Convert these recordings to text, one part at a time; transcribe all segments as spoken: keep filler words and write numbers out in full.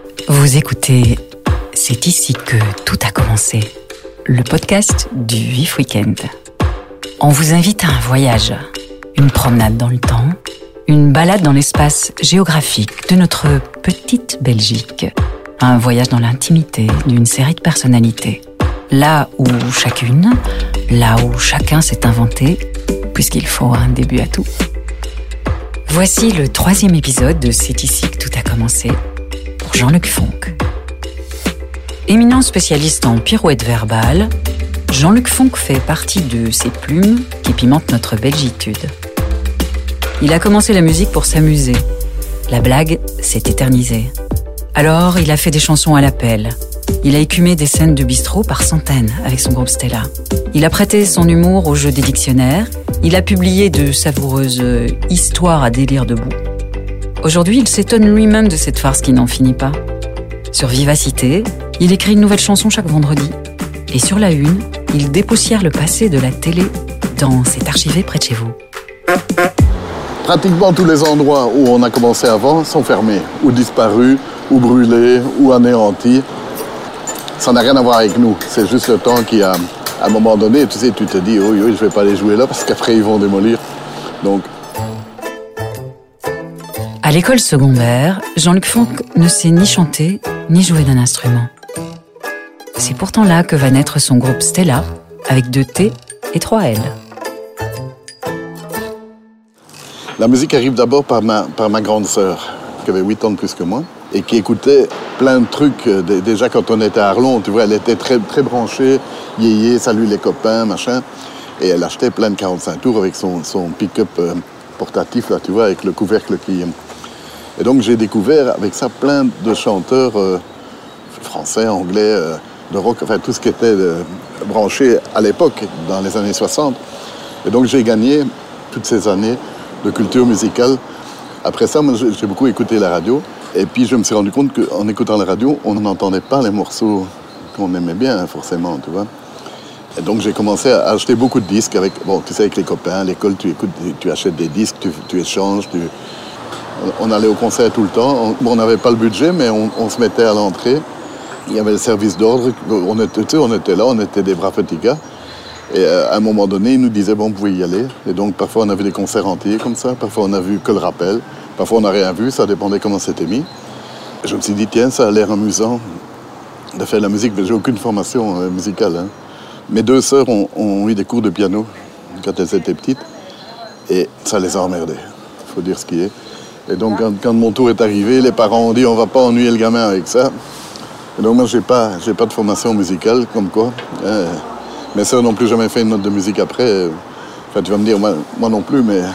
Vous écoutez C'est ici que tout a commencé, le podcast du Vif Week-end. On vous invite à un voyage, une promenade dans le temps, une balade dans l'espace géographique de notre petite Belgique, un voyage dans l'intimité d'une série de personnalités. Là où chacune, là où chacun s'est inventé, puisqu'il faut un début à tout. Voici le troisième épisode de C'est ici que tout a commencé, pour Jean-Luc Fonck. Éminent spécialiste en pirouettes verbales, Jean-Luc Fonck fait partie de ces plumes qui pimentent notre belgitude. Il a commencé la musique pour s'amuser. La blague s'est éternisée. Alors, il a fait des chansons à l'appel. Il a écumé des scènes de bistrot par centaines avec son groupe Stella. Il a prêté son humour au jeu des dictionnaires. Il a publié de savoureuses histoires à délire debout. Aujourd'hui, il s'étonne lui-même de cette farce qui n'en finit pas. Sur Vivacité, il écrit une nouvelle chanson chaque vendredi. Et sur la une, il dépoussière le passé de la télé dans C'est archivé près de chez vous. Pratiquement tous les endroits où on a commencé avant sont fermés, ou disparus, ou brûlés, ou anéantis. Ça n'a rien à voir avec nous. C'est juste le temps qui a, à un moment donné, tu sais, tu te dis, oui, oui, je vais pas aller jouer là parce qu'après ils vont démolir. Donc. À l'école secondaire, Jean-Luc Fonck ne sait ni chanter, ni jouer d'un instrument. C'est pourtant là que va naître son groupe Stella, avec deux T et trois L. La musique arrive d'abord par ma, par ma grande sœur, qui avait huit ans de plus que moi, et qui écoutait plein de trucs. Déjà, quand on était à Arlon, tu vois, elle était très, très branchée, yéyé, salut les copains, machin. Et elle achetait plein de quarante-cinq tours avec son, son pick-up euh, portatif, là, tu vois, avec le couvercle qui... Et donc, j'ai découvert avec ça plein de chanteurs euh, français, anglais, euh, de rock, enfin, tout ce qui était euh, branché à l'époque, dans les années soixante. Et donc, j'ai gagné toutes ces années de culture musicale. Après ça, moi, j'ai beaucoup écouté la radio. Et puis, je me suis rendu compte qu'en écoutant la radio, on n'entendait pas les morceaux qu'on aimait bien, forcément, tu vois. Et donc, j'ai commencé à acheter beaucoup de disques avec, bon, tu sais, avec les copains, à l'école, tu écoutes, tu achètes des disques, tu, tu échanges, tu... On allait au concert tout le temps. On n'avait pas le budget, mais on, on se mettait à l'entrée. Il y avait le service d'ordre. On était, tu sais, on était là, on était des bras petits gars. Et à un moment donné, ils nous disaient, bon, vous pouvez y aller. Et donc, parfois, on avait des concerts entiers comme ça. Parfois, on a vu que le rappel. Parfois, on n'a rien vu. Ça dépendait comment c'était mis. Et je me suis dit, tiens, ça a l'air amusant de faire de la musique. Mais j'ai aucune formation euh, musicale. Hein. Mes deux sœurs ont, ont eu des cours de piano quand elles étaient petites. Et ça les a emmerdées. Il faut dire ce qui est. Et donc, quand, quand mon tour est arrivé, les parents ont dit, on va pas ennuyer le gamin avec ça. Et donc, moi, j'ai pas, j'ai pas de formation musicale, comme quoi. Euh, Mes sœurs n'ont plus jamais fait une note de musique après. Enfin, tu vas me dire, moi, moi non plus, mais...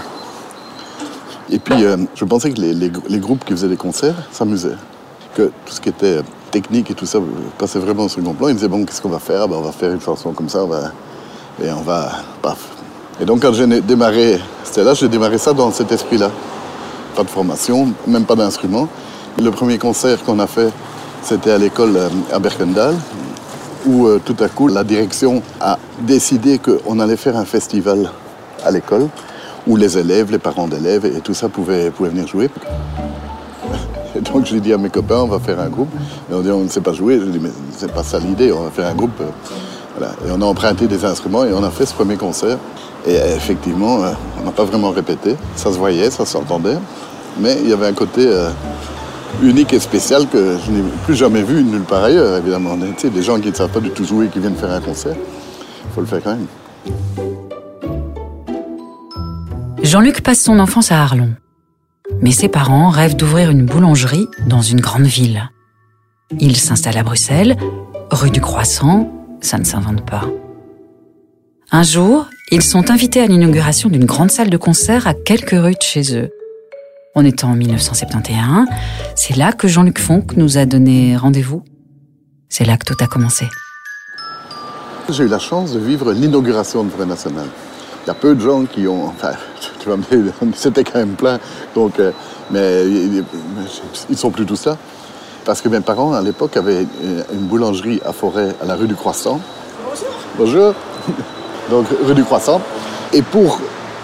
Et puis, euh, je pensais que les, les, les groupes qui faisaient des concerts s'amusaient. Que tout ce qui était technique et tout ça passait vraiment au second plan. Ils me disaient, bon, qu'est-ce qu'on va faire? Ben, on va faire une chanson comme ça, on va... et on va... Paf. Et donc, quand j'ai démarré Stella, j'ai démarré ça dans cet esprit-là. Pas de formation, même pas d'instrument. Le premier concert qu'on a fait, c'était à l'école à Berkendal, où euh, tout à coup, la direction a décidé qu'on allait faire un festival à l'école, où les élèves, les parents d'élèves et tout ça pouvaient, pouvaient venir jouer. Et donc, j'ai dit à mes copains, on va faire un groupe. Et on dit, on ne sait pas jouer. Je dis, mais c'est pas ça l'idée, on va faire un groupe. Voilà. Et on a emprunté des instruments et on a fait ce premier concert. Et effectivement, euh, on n'a pas vraiment répété. Ça se voyait, ça s'entendait. Mais il y avait un côté... Euh, unique et spécial que je n'ai plus jamais vu nulle part ailleurs, évidemment. Tu sais, des gens qui ne savent pas du tout jouer et qui viennent faire un concert, il faut le faire quand même. Jean-Luc passe son enfance à Arlon. Mais ses parents rêvent d'ouvrir une boulangerie dans une grande ville. Il s'installe à Bruxelles, rue du Croissant, ça ne s'invente pas. Un jour, ils sont invités à l'inauguration d'une grande salle de concert à quelques rues de chez eux. On est en mille neuf cent soixante et onze, c'est là que Jean-Luc Fonck nous a donné rendez-vous. C'est là que tout a commencé. J'ai eu la chance de vivre l'inauguration de Vrai National. Il y a peu de gens qui ont... Enfin, tu vas me dire, c'était quand même plein. Donc, euh, mais ils ne sont plus tous là. Parce que mes parents, à l'époque, avaient une boulangerie à Forêt, à la rue du Croissant. Bonjour. Bonjour. Donc, rue du Croissant. Et pour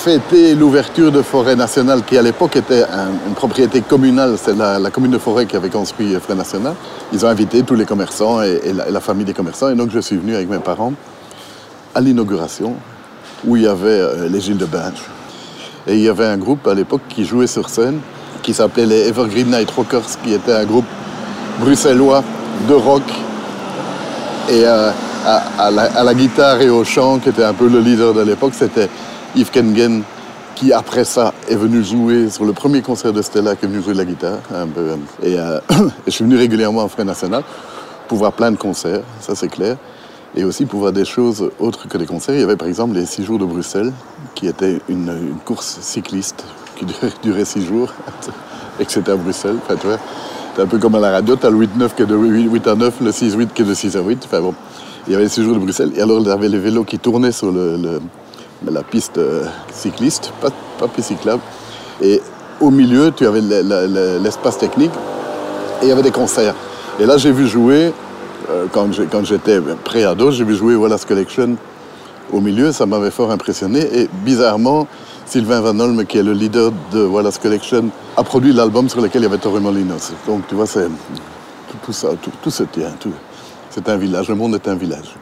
fêter l'ouverture de Forêt Nationale, qui à l'époque était un, une propriété communale. C'est la, la commune de Forêt qui avait construit Forêt Nationale. Ils ont invité tous les commerçants et, et, la, et la famille des commerçants. Et donc je suis venu avec mes parents à l'inauguration, où il y avait euh, les Gilles de Binge. Et il y avait un groupe à l'époque qui jouait sur scène, qui s'appelait les Evergreen Night Rockers, qui était un groupe bruxellois de rock. Et euh, à, à, la, à la guitare et au chant, qui était un peu le leader de l'époque, c'était Yves Kengen, qui après ça est venu jouer sur le premier concert de Stella, qui est venu jouer de la guitare. Un peu. Et, euh, et je suis venu régulièrement en Forêt Nationale pour voir plein de concerts, ça c'est clair. Et aussi pour voir des choses autres que des concerts. Il y avait par exemple les six jours de Bruxelles, qui était une, une course cycliste qui durait, durait six jours, et que c'était à Bruxelles. Enfin, tu vois, c'est un peu comme à la radio, tu as le huit neuf qui est de huit à neuf, le six huit qui est de six à huit. Enfin bon, il y avait les six jours de Bruxelles. Et alors il y avait les vélos qui tournaient sur le, le, la piste euh, cycliste, pas, pas piste cyclable. Et au milieu, tu avais le, le, le, l'espace technique et il y avait des concerts. Et là, j'ai vu jouer... Quand, j'ai, quand j'étais pré-ado, j'ai vu jouer Wallace Collection au milieu, ça m'avait fort impressionné. Et bizarrement, Sylvain Van Olme, qui est le leader de Wallace Collection, a produit l'album sur lequel il y avait Torremolinos. Donc tu vois, c'est, tout, tout ça, tout, tout se tient. Tout, c'est un village, le monde est un village.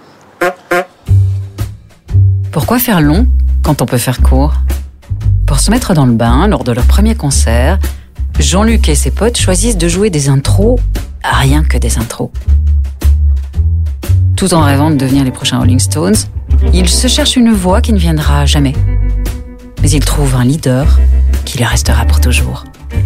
Pourquoi faire long quand on peut faire court ? Pour se mettre dans le bain, lors de leur premier concert, Jean-Luc et ses potes choisissent de jouer des intros, rien que des intros. Tout en rêvant de devenir les prochains Rolling Stones, ils se cherchent une voix qui ne viendra jamais. Mais ils trouvent un leader qui lui restera pour toujours.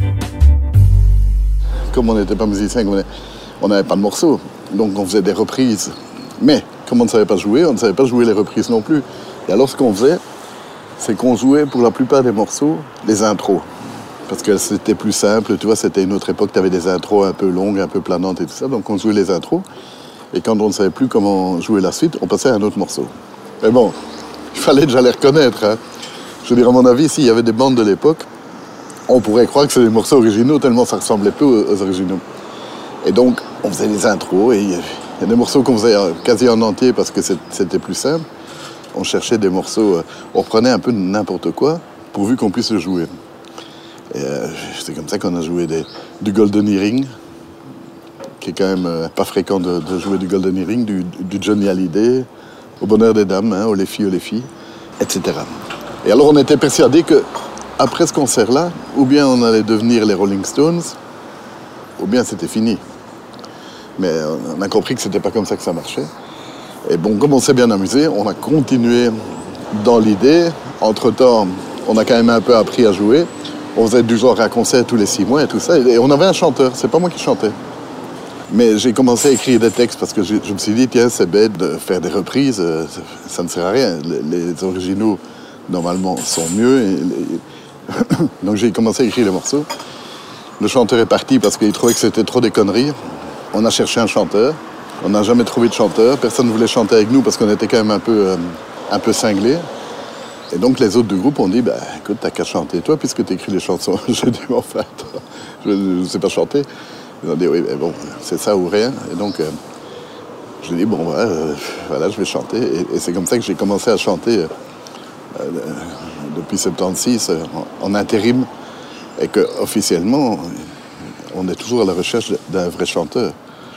Comme on n'était pas musiciens, on n'avait pas de morceaux, donc on faisait des reprises. Mais comme on ne savait pas jouer, on ne savait pas jouer les reprises non plus. Et alors ce qu'on faisait, c'est qu'on jouait pour la plupart des morceaux des intros. Parce que c'était plus simple, tu vois, c'était une autre époque, tu avais des intros un peu longues, un peu planantes et tout ça, donc on jouait les intros. Et quand on ne savait plus comment jouer la suite, on passait à un autre morceau. Mais bon, il fallait déjà les reconnaître. Hein. Je veux dire, à mon avis, s'il y avait des bandes de l'époque, on pourrait croire que c'est des morceaux originaux, tellement ça ressemblait peu aux originaux. Et donc, on faisait des intros, et il y a des morceaux qu'on faisait quasi en entier parce que c'était plus simple. On cherchait des morceaux, on reprenait un peu n'importe quoi, pourvu qu'on puisse le jouer. Et euh, c'est comme ça qu'on a joué des, du Golden Earring, qui est quand même euh, pas fréquent de, de jouer du Golden Earring, du, du Johnny Hallyday, au Bonheur des Dames, hein, au Les Filles, aux Les Filles, et cetera. Et alors on était persuadés qu'après ce concert-là, ou bien on allait devenir les Rolling Stones, ou bien c'était fini. Mais on a compris que c'était pas comme ça que ça marchait. Et bon, comme on s'est bien amusé, on a continué dans l'idée. Entre-temps, on a quand même un peu appris à jouer. On faisait du genre un concert tous les six mois et tout ça. Et on avait un chanteur, c'est pas moi qui chantais. Mais j'ai commencé à écrire des textes parce que je, je me suis dit, tiens, c'est bête de faire des reprises, ça, ça ne sert à rien. Les, les originaux, normalement, sont mieux. Et les... Donc j'ai commencé à écrire les morceaux. Le chanteur est parti parce qu'il trouvait que c'était trop des conneries. On a cherché un chanteur. On n'a jamais trouvé de chanteur. Personne ne voulait chanter avec nous parce qu'on était quand même un peu, euh, un peu cinglés. Et donc les autres du groupe ont dit, bah, écoute, t'as qu'à chanter toi puisque tu écris les chansons. J'ai dit, enfin, je ne sais pas chanter. Ils ont dit, oui, mais bon, c'est ça ou rien. Et donc, euh, je lui ai dit, bon, voilà, euh, voilà, je vais chanter. Et, et c'est comme ça que j'ai commencé à chanter euh, euh, depuis soixante-seize euh, en, en intérim. Et qu'officiellement, on est toujours à la recherche d'un vrai chanteur.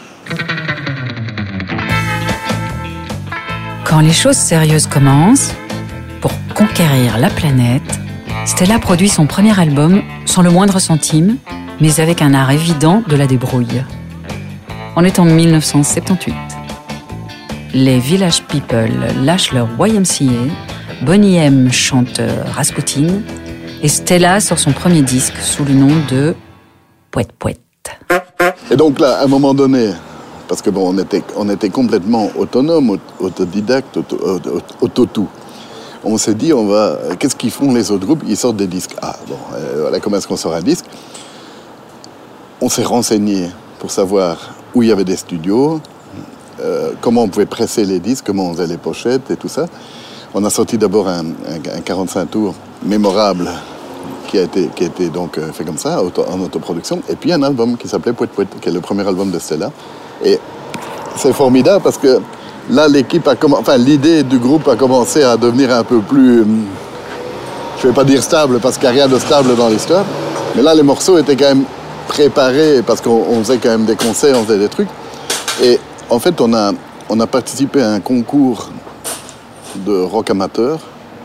Quand les choses sérieuses commencent, pour conquérir la planète, Stella produit son premier album sans le moindre centime, mais avec un art évident de la débrouille. On est en mille neuf cent soixante-dix-huit. Les Village People lâchent leur Y M C A, Boney M chante Rasputin, et Stella sort son premier disque sous le nom de Pouet Pouet. Et donc là, à un moment donné, parce que bon, on était, on était complètement autonome, autodidacte, auto, auto, auto-tout. On s'est dit, on va, qu'est-ce qu'ils font les autres groupes? Ils sortent des disques. Ah bon, euh, voilà, comment est-ce qu'on sort un disque? On s'est renseigné pour savoir où il y avait des studios, euh, comment on pouvait presser les disques, comment on faisait les pochettes et tout ça. On a sorti d'abord un, un, un quarante-cinq tours mémorable qui a été, qui a été donc fait comme ça, auto, en autoproduction, et puis un album qui s'appelait Pouet Pouet, qui est le premier album de Stella. Et c'est formidable parce que là, l'équipe a commencé, enfin, l'idée du groupe a commencé à devenir un peu plus, je ne vais pas dire stable parce qu'il n'y a rien de stable dans l'histoire, mais là les morceaux étaient quand même préparés parce qu'on on faisait quand même des concerts, on faisait des trucs. Et en fait, on a, on a participé à un concours de rock amateur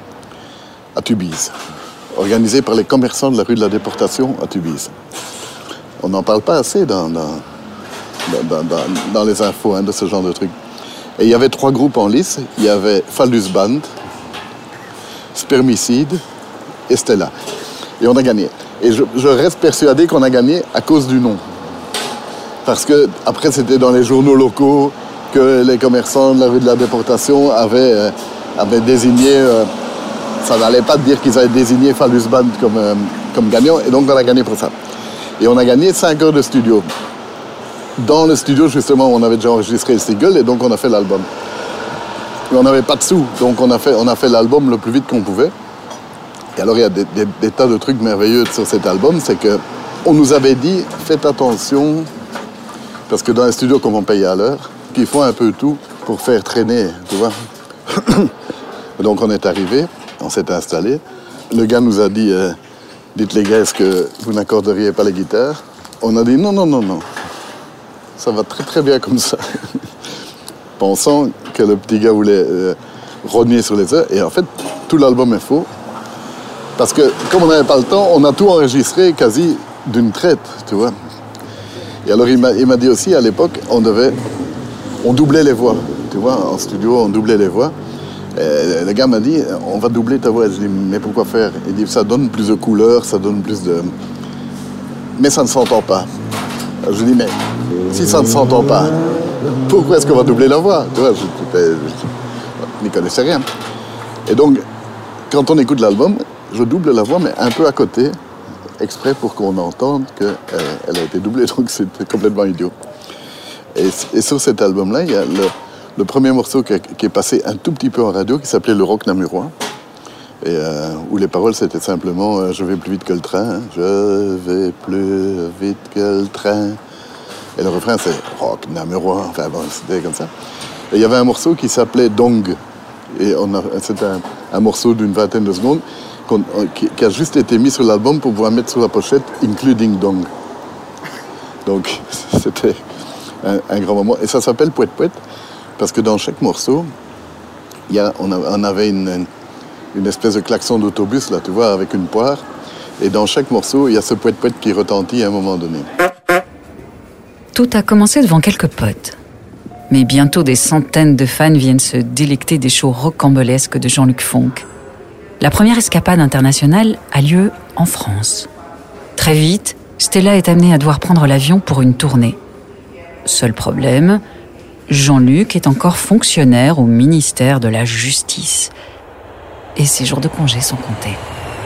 à Tubize, organisé par les commerçants de la rue de la Déportation à Tubize. On n'en parle pas assez dans, dans, dans, dans, dans les infos hein, de ce genre de trucs. Et il y avait trois groupes en lice. Il y avait Phallus Band, Spermicide et Stella. Et on a gagné. Et je, je reste persuadé qu'on a gagné à cause du nom. Parce que après c'était dans les journaux locaux que les commerçants de la rue de la Déportation avaient, euh, avaient désigné... Euh, ça n'allait pas dire qu'ils avaient désigné Phallus Band comme, euh, comme gagnant. Et donc on a gagné pour ça. Et on a gagné cinq heures de studio. Dans le studio, justement, on avait déjà enregistré le single et donc on a fait l'album. Mais on n'avait pas de sous, donc on a fait, on a fait l'album le plus vite qu'on pouvait. Et alors, il y a des, des, des tas de trucs merveilleux sur cet album, c'est qu'on nous avait dit, faites attention, parce que dans les studios, comme on paye à l'heure, qu'ils font un peu tout pour faire traîner, tu vois. Donc on est arrivé, on s'est installé. Le gars nous a dit... Euh, dites les gars, est-ce que vous n'accorderiez pas les guitares? On a dit non, non, non, non. Ça va très très bien comme ça. Pensant que le petit gars voulait euh, rogner sur les heures. Et en fait, tout l'album est faux. Parce que comme on n'avait pas le temps, on a tout enregistré quasi d'une traite, tu vois. Et alors il m'a, il m'a dit aussi, à l'époque, on devait... On doublait les voix, tu vois. En studio, on doublait les voix. Et le gars m'a dit, on va doubler ta voix. Je dis, mais pourquoi faire? Il dit, ça donne plus de couleurs, ça donne plus de... Mais ça ne s'entend pas. Je dis, mais si ça ne s'entend pas, pourquoi est-ce qu'on va doubler la voix? Tu vois, je, je, je n'y connaissais rien. Et donc, quand on écoute l'album, je double la voix, mais un peu à côté, exprès pour qu'on entende qu'elle elle a été doublée. Donc, c'était complètement idiot. Et, et sur cet album-là, il y a le... Le premier morceau qui, qui est passé un tout petit peu en radio, qui s'appelait Le Rock Namurois, et euh, où les paroles c'était simplement euh, « Je vais plus vite que le train, hein, je vais plus vite que le train ». Et le refrain c'est « Rock Namurois », enfin bon, c'était comme ça. Et il y avait un morceau qui s'appelait « Dong », et on a, c'était un, un morceau d'une vingtaine de secondes qu'on, qui, qui a juste été mis sur l'album pour pouvoir mettre sur la pochette « Including Dong ». Donc c'était un, un grand moment. Et ça s'appelle « Pouet Pouet ». Parce que dans chaque morceau, il y a, on, a, on avait une, une espèce de klaxon d'autobus, là, tu vois, avec une poire. Et dans chaque morceau, il y a ce pouet-pouet qui retentit à un moment donné. Tout a commencé devant quelques potes. Mais bientôt, des centaines de fans viennent se délecter des shows rocambolesques de Jean-Luc Fonck. La première escapade internationale a lieu en France. Très vite, Stella est amenée à devoir prendre l'avion pour une tournée. Seul problème... Jean-Luc est encore fonctionnaire au ministère de la Justice. Et ses jours de congé sont comptés.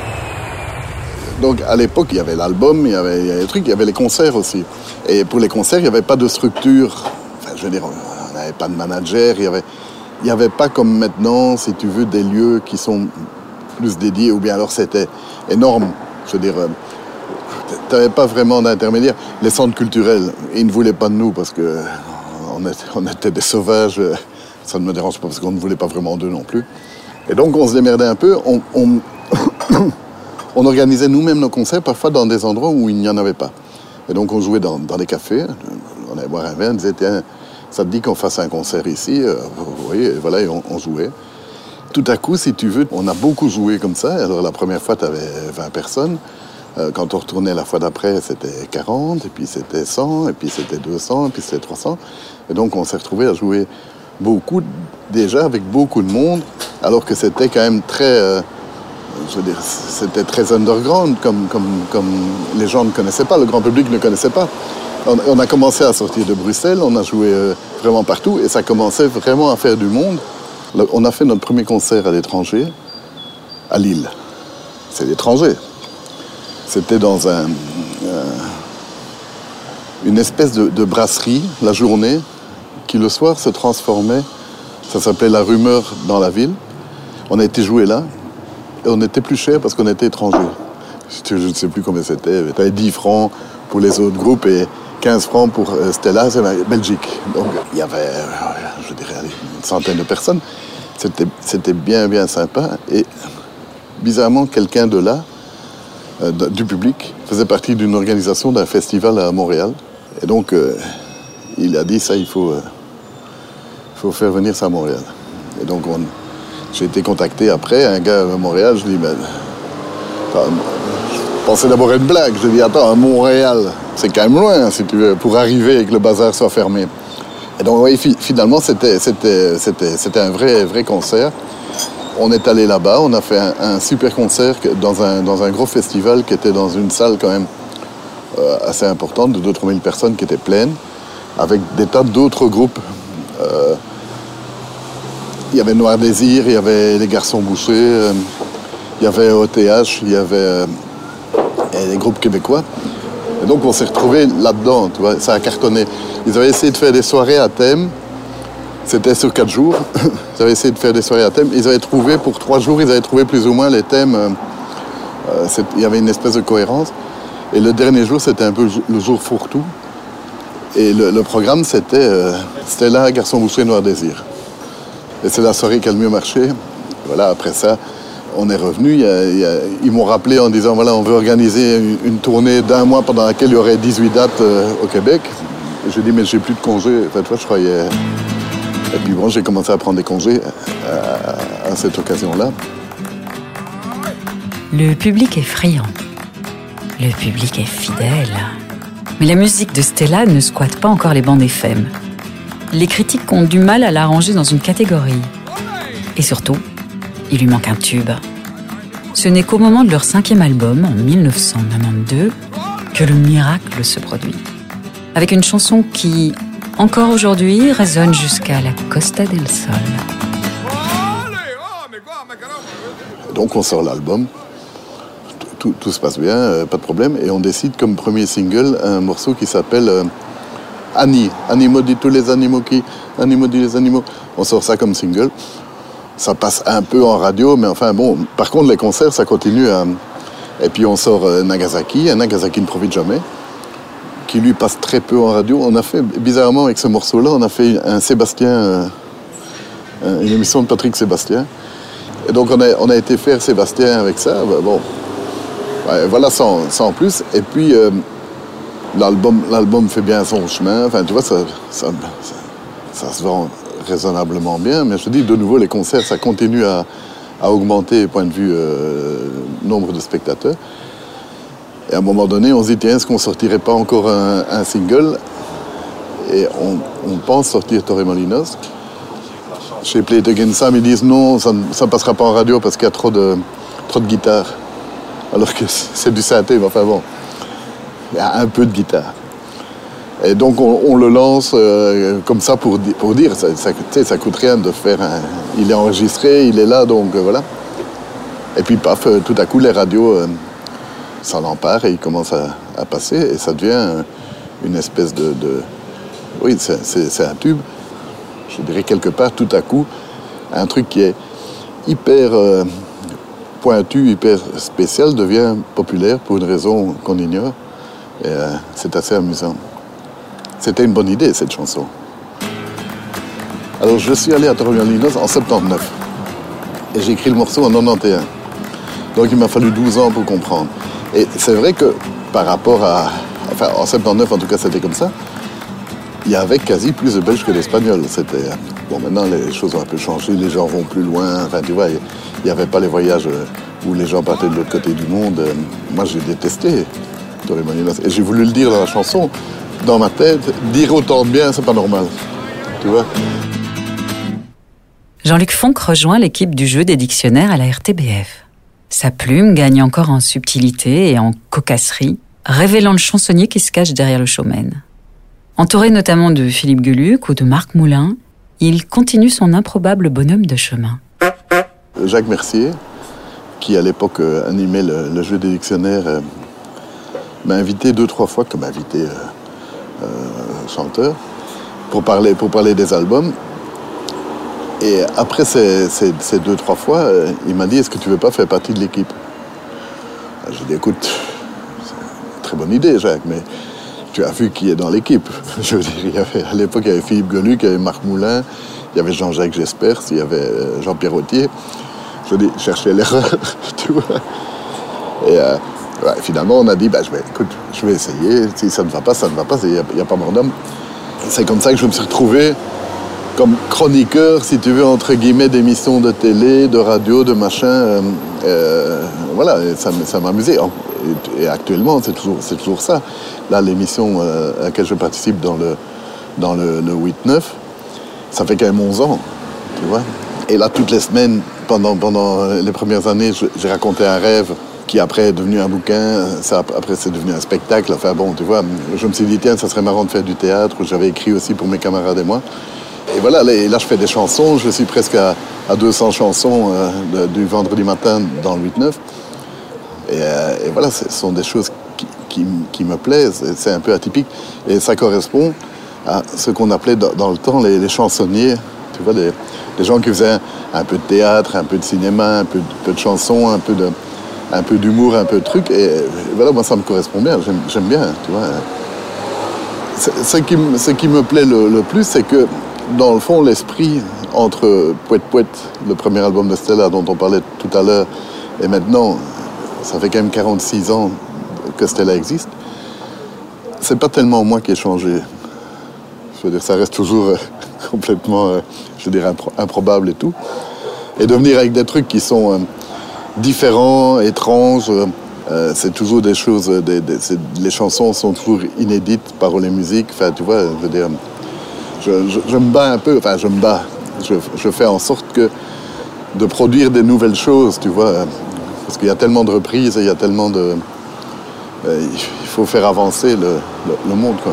Donc à l'époque, il y avait l'album, il y avait, il y avait des trucs, il y avait les concerts aussi. Et pour les concerts, il n'y avait pas de structure. Enfin, je veux dire, on n'avait pas de manager. Il n'y avait, il y avait pas comme maintenant, si tu veux, des lieux qui sont plus dédiés. Ou bien alors c'était énorme. Je veux dire, tu n'avais pas vraiment d'intermédiaire. Les centres culturels, ils ne voulaient pas de nous parce que... On était, on était des sauvages, ça ne me dérange pas parce qu'on ne voulait pas vraiment d'eux non plus. Et donc on se démerdait un peu, on, on, on organisait nous-mêmes nos concerts, parfois dans des endroits où il n'y en avait pas. Et donc on jouait dans, dans des cafés, on allait boire un verre, on disait tiens, ça te dit qu'on fasse un concert ici? Vous voyez, et voilà, et on, on jouait. Tout à coup, si tu veux, on a beaucoup joué comme ça. Alors la première fois, tu avais vingt personnes. Quand on retournait la fois d'après, c'était quarante, et puis c'était cent, et puis c'était deux cents, et puis c'était trois cents. Et donc on s'est retrouvés à jouer beaucoup, déjà avec beaucoup de monde, alors que c'était quand même très, euh, je veux dire, c'était très underground, comme, comme, comme les gens ne connaissaient pas, le grand public ne connaissait pas. On, on a commencé à sortir de Bruxelles, on a joué euh, vraiment partout, et ça commençait vraiment à faire du monde. On a fait notre premier concert à l'étranger, à Lille. C'est l'étranger. C'était dans un, euh, une espèce de, de brasserie, la journée, qui le soir se transformait. Ça s'appelait La Rumeur dans la ville. On a été joué là, et on était plus cher parce qu'on était étrangers. Je ne sais plus combien c'était. Il y avait dix francs pour les autres groupes et quinze francs pour Stella, c'est la Belgique. Donc il y avait, je dirais, une centaine de personnes. C'était, c'était bien, bien sympa. Et bizarrement, quelqu'un de là, euh, du public, faisait partie d'une organisation d'un festival à Montréal. Et donc, euh, il a dit ça, il faut, euh, faut faire venir ça à Montréal. Et donc, on, j'ai été contacté après, un gars à Montréal, je lui ai dit, ben, attends, je pensais d'abord à une blague. Je lui ai dit, attends, à Montréal, c'est quand même loin, si tu veux, pour arriver et que le bazar soit fermé. Et donc, oui, finalement, c'était, c'était, c'était, c'était un vrai, vrai concert. On est allé là-bas, on a fait un, un super concert dans un, dans un gros festival qui était dans une salle quand même euh, assez importante, de deux à trois mille personnes qui étaient pleines, avec des tas d'autres groupes. Euh, il y avait Noir Désir, il y avait Les Garçons Bouchers, euh, il y avait O T H, il y avait euh, les groupes québécois. Et donc on s'est retrouvés là-dedans, tu vois, ça a cartonné. Ils avaient essayé de faire des soirées à thème, c'était sur quatre jours. Ils avaient essayé de faire des soirées à thème. Ils avaient trouvé, pour trois jours, ils avaient trouvé plus ou moins les thèmes. Euh, il y avait une espèce de cohérence. Et le dernier jour, c'était un peu le jour fourre-tout. Et le, le programme, c'était euh, Stella, Garçon Boucher, Noir Désir. Et c'est la soirée qui a le mieux marché. Voilà, après ça, on est revenu. Il y a, il y a, ils m'ont rappelé en disant, voilà, on veut organiser une, une tournée d'un mois pendant laquelle il y aurait dix-huit dates euh, au Québec. Et j'ai dit, mais j'ai plus de congés. Enfin, tu vois, je croyais... Et puis bon, j'ai commencé à prendre des congés à, à cette occasion-là. Le public est friand. Le public est fidèle. Mais la musique de Stella ne squatte pas encore les bandes F M. Les critiques ont du mal à la ranger dans une catégorie. Et surtout, il lui manque un tube. Ce n'est qu'au moment de leur cinquième album, en dix-neuf cent quatre-vingt-douze, que le miracle se produit. Avec une chanson qui, encore aujourd'hui, résonne jusqu'à la Costa del Sol. Donc on sort l'album, tout, tout se passe bien, euh, pas de problème, et on décide comme premier single un morceau qui s'appelle euh, Annie. Annie maudit tous les animaux qui... Annie maudit les animaux. On sort ça comme single. Ça passe un peu en radio, mais enfin bon, par contre les concerts, ça continue. À... Et puis on sort euh, Nagasaki, et Nagasaki ne profite jamais, qui lui passe très peu en radio. On a fait, bizarrement avec ce morceau-là, on a fait un Sébastien, euh, une émission de Patrick Sébastien. Et donc on a, on a été faire Sébastien avec ça. Ben bon, ouais, voilà, sans, sans plus. Et puis euh, l'album, l'album fait bien son chemin. Enfin, tu vois, ça, ça, ça, ça se vend raisonnablement bien. Mais je te dis, de nouveau, les concerts, ça continue à, à augmenter, point de vue euh, nombre de spectateurs. Et à un moment donné, on se dit, tiens, est-ce qu'on ne sortirait pas encore un, un single? Et on, on pense sortir Torremolinos. Chez Play It Again Sam, ils disent non, ça ne passera pas en radio parce qu'il y a trop de, trop de guitare. Alors que c'est du synthé, mais enfin bon, il y a un peu de guitare. Et donc on, on le lance euh, comme ça pour, pour dire, ça, ça, ça coûte rien de faire un... Il est enregistré, il est là, donc euh, voilà. Et puis paf, euh, tout à coup, les radios euh, s'en emparent et ils commencent à, à passer. Et ça devient une espèce de... de... Oui, c'est, c'est, c'est un tube. Je dirais quelque part, tout à coup, un truc qui est hyper euh, pointu, hyper spécial, devient populaire pour une raison qu'on ignore. Et euh, c'est assez amusant. C'était une bonne idée, cette chanson. Alors, je suis allé à Torremolinos en soixante-dix-neuf. Et j'ai écrit le morceau en quatre-vingt-onze. Donc, il m'a fallu douze ans pour comprendre. Et c'est vrai que, par rapport à... Enfin, en soixante-dix-neuf, en tout cas, c'était comme ça. Il y avait quasi plus de Belges que d'Espagnols. C'était... Bon, maintenant, les choses ont un peu changé. Les gens vont plus loin. Enfin, tu vois, il n'y avait pas les voyages où les gens partaient de l'autre côté du monde. Moi, j'ai détesté Torremolinos. Et j'ai voulu le dire dans la chanson. Dans ma tête, dire autant de bien, c'est pas normal. Tu vois? Jean-Luc Fonck rejoint l'équipe du jeu des dictionnaires à la R T B F. Sa plume gagne encore en subtilité et en cocasserie, révélant le chansonnier qui se cache derrière le showman. Entouré notamment de Philippe Geluck ou de Marc Moulin, il continue son improbable bonhomme de chemin. Jacques Mercier, qui à l'époque euh, animait le, le jeu des dictionnaires, euh, m'a invité deux, trois fois comme invité euh, euh, chanteur pour parler, pour parler des albums. Et après ces, ces, ces deux, trois fois, euh, il m'a dit, est-ce que tu veux pas faire partie de l'équipe? J'ai dit, écoute, c'est une très bonne idée, Jacques, mais tu as vu qui est dans l'équipe. Je veux dire, il y avait, à l'époque, il y avait Philippe Geluck, il y avait Marc Moulin, il y avait Jean-Jacques Jespers, il y avait Jean-Pierre Autier. je dis, chercher l'erreur, tu vois. Et euh, ouais, finalement, on a dit, bah, je vais, écoute, je vais essayer. Si ça ne va pas, ça ne va pas, il n'y a, a pas mort d'homme. C'est comme ça que je me suis retrouvé comme chroniqueur, si tu veux, entre guillemets, d'émissions de télé, de radio, de machin. Euh, euh, voilà, et ça, ça m'amusait. Et, et actuellement, c'est toujours, c'est toujours ça. Là, l'émission euh, à laquelle je participe dans le, dans le, le huit neuf, ça fait quand même onze ans, tu vois. Et là, toutes les semaines, pendant, pendant les premières années, j'ai raconté un rêve qui après est devenu un bouquin, ça, après c'est devenu un spectacle. Enfin bon, tu vois, je me suis dit, tiens, ça serait marrant de faire du théâtre. J'avais écrit aussi pour mes camarades et moi. Et voilà, là, je fais des chansons. Je suis presque à, à deux cents chansons euh, de, du vendredi matin dans le huit neuf. Et, euh, et voilà, ce sont des choses qui, qui, qui me plaisent. C'est un peu atypique. Et ça correspond à ce qu'on appelait dans, dans le temps les, les chansonniers. Tu vois, les, les gens qui faisaient un, un peu de théâtre, un peu de cinéma, un peu, un peu de chansons, un peu de... un peu d'humour, un peu de truc, et voilà, moi ça me correspond bien, j'aime, j'aime bien, tu vois. Ce qui, ce qui me plaît le, le plus, c'est que, dans le fond, l'esprit entre Pouet Pouet, le premier album de Stella dont on parlait tout à l'heure, et maintenant, ça fait quand même quarante-six ans que Stella existe, c'est pas tellement moi qui ai changé. Je veux dire, ça reste toujours complètement, je veux dire, impro- improbable et tout. Et de venir avec des trucs qui sont différents, étranges, euh, c'est toujours des choses, des, des, les chansons sont toujours inédites, paroles et musique, enfin tu vois, je veux dire, je, je, je me bats un peu, enfin je me bats, je, je fais en sorte que de produire des nouvelles choses, tu vois, parce qu'il y a tellement de reprises, il y a tellement de... Euh, il faut faire avancer le, le, le monde, quoi.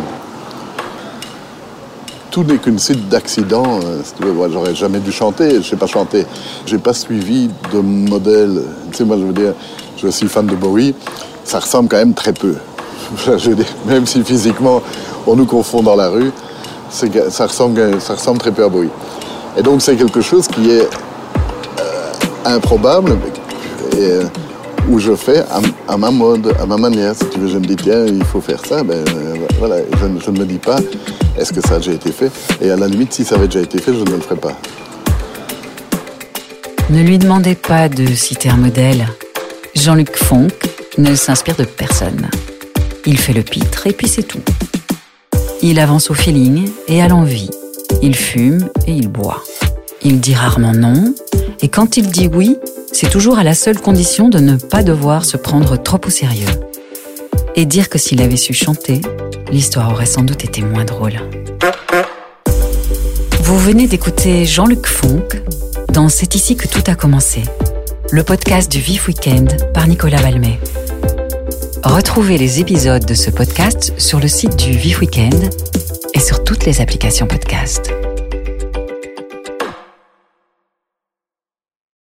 Tout n'est qu'une suite d'accidents. Moi, j'aurais jamais dû chanter, je ne sais pas chanter. Je n'ai pas suivi de modèle. Tu sais, moi, je veux dire, je suis fan de Bowie, ça ressemble quand même très peu. Je veux dire, même si physiquement, on nous confond dans la rue, c'est, ça, ressemble, ça ressemble très peu à Bowie. Et donc, c'est quelque chose qui est euh, improbable, et, euh, où je fais à, à ma mode, à ma manière. Si tu veux, je me dis, tiens, il faut faire ça, ben euh, voilà, je, je ne me dis pas, est-ce que ça a déjà été fait? Et à la limite, si ça avait déjà été fait, je ne le ferais pas. Ne lui demandez pas de citer un modèle. Jean-Luc Fonck ne s'inspire de personne. Il fait le pitre et puis c'est tout. Il avance au feeling et à l'envie. Il fume et il boit. Il dit rarement non, et quand il dit oui, c'est toujours à la seule condition de ne pas devoir se prendre trop au sérieux. Et dire que s'il avait su chanter, l'histoire aurait sans doute été moins drôle. Vous venez d'écouter Jean-Luc Fonck dans C'est ici que tout a commencé, le podcast du Vif Week-end par Nicolas Balmet. Retrouvez les épisodes de ce podcast sur le site du Vif Week-end et sur toutes les applications podcast.